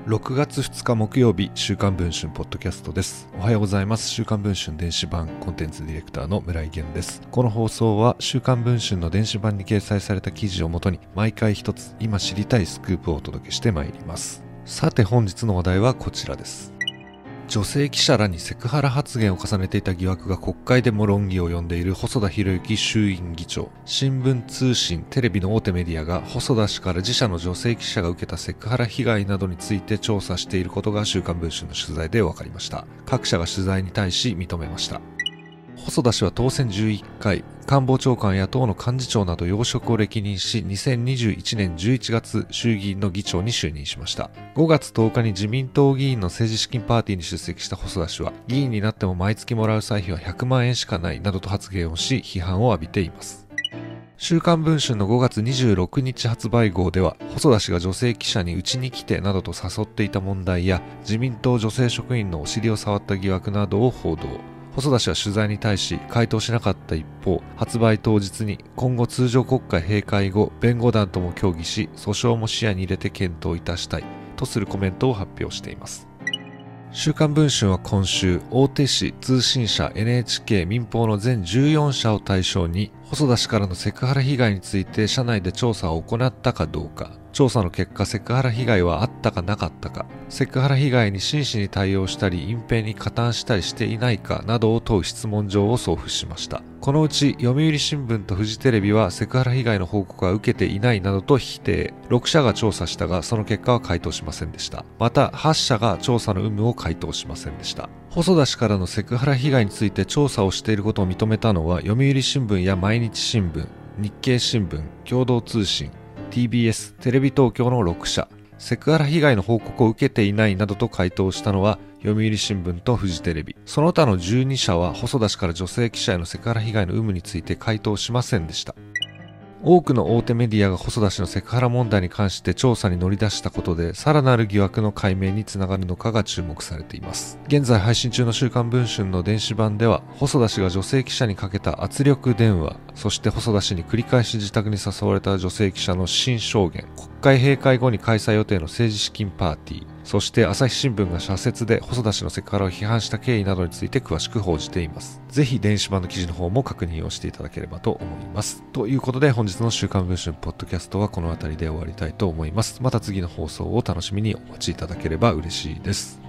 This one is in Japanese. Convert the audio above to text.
6月2日木曜日、週刊文春ポッドキャストです。おはようございます。週刊文春電子版コンテンツディレクターの村井源です。この放送は週刊文春の電子版に掲載された記事をもとに毎回一つ今知りたいスクープをお届けしてまいります。さて本日の話題はこちらです。女性記者らにセクハラ発言を重ねていた疑惑が国会でも論議を呼んでいる細田博之衆院議長。新聞通信、テレビの大手メディアが細田氏から自社の女性記者が受けたセクハラ被害などについて調査していることが週刊文春の取材で分かりました。各社が取材に対し認めました。細田氏は当選11回、官房長官や党の幹事長など要職を歴任し、2021年11月衆議院の議長に就任しました。5月10日に自民党議員の政治資金パーティーに出席した細田氏は、議員になっても毎月もらう歳費は100万円しかないなどと発言をし、批判を浴びています。週刊文春の5月26日発売号では、細田氏が女性記者にうちに来てなどと誘っていた問題や、自民党女性職員のお尻を触った疑惑などを報道。細田氏は取材に対し回答しなかった一方、発売当日に今後通常国会閉会後、弁護団とも協議し、訴訟も視野に入れて検討いたしたいとするコメントを発表しています。週刊文春は今週、大手紙、通信社、NHK、民放の全14社を対象に、細田氏からのセクハラ被害について社内で調査を行ったかどうか、調査の結果セクハラ被害はあったかなかったか、セクハラ被害に真摯に対応したり隠蔽に加担したりしていないかなどを問う質問状を送付しました。このうち読売新聞とフジテレビはセクハラ被害の報告は受けていないなどと否定。6社が調査したがその結果は回答しませんでした。また8社が調査の有無を回答しませんでした。細田氏からのセクハラ被害について調査をしていることを認めたのは読売新聞や毎日新聞、日経新聞、共同通信、TBS、テレビ東京の6社、セクハラ被害の報告を受けていないなどと回答したのは読売新聞とフジテレビ。その他の12社は細田氏から女性記者へのセクハラ被害の有無について回答しませんでした。多くの大手メディアが細田氏のセクハラ問題に関して調査に乗り出したことで、さらなる疑惑の解明につながるのかが注目されています。現在配信中の週刊文春の電子版では、細田氏が女性記者にかけた圧力電話、そして細田氏に繰り返し自宅に誘われた女性記者の新証言、国会閉会後に開催予定の政治資金パーティー、そして朝日新聞が社説で細田氏のセクハラを批判した経緯などについて詳しく報じています。ぜひ電子版の記事の方も確認をしていただければと思います。ということで本日の週刊文春ポッドキャストはこの辺りで終わりたいと思います。また次の放送を楽しみにお待ちいただければ嬉しいです。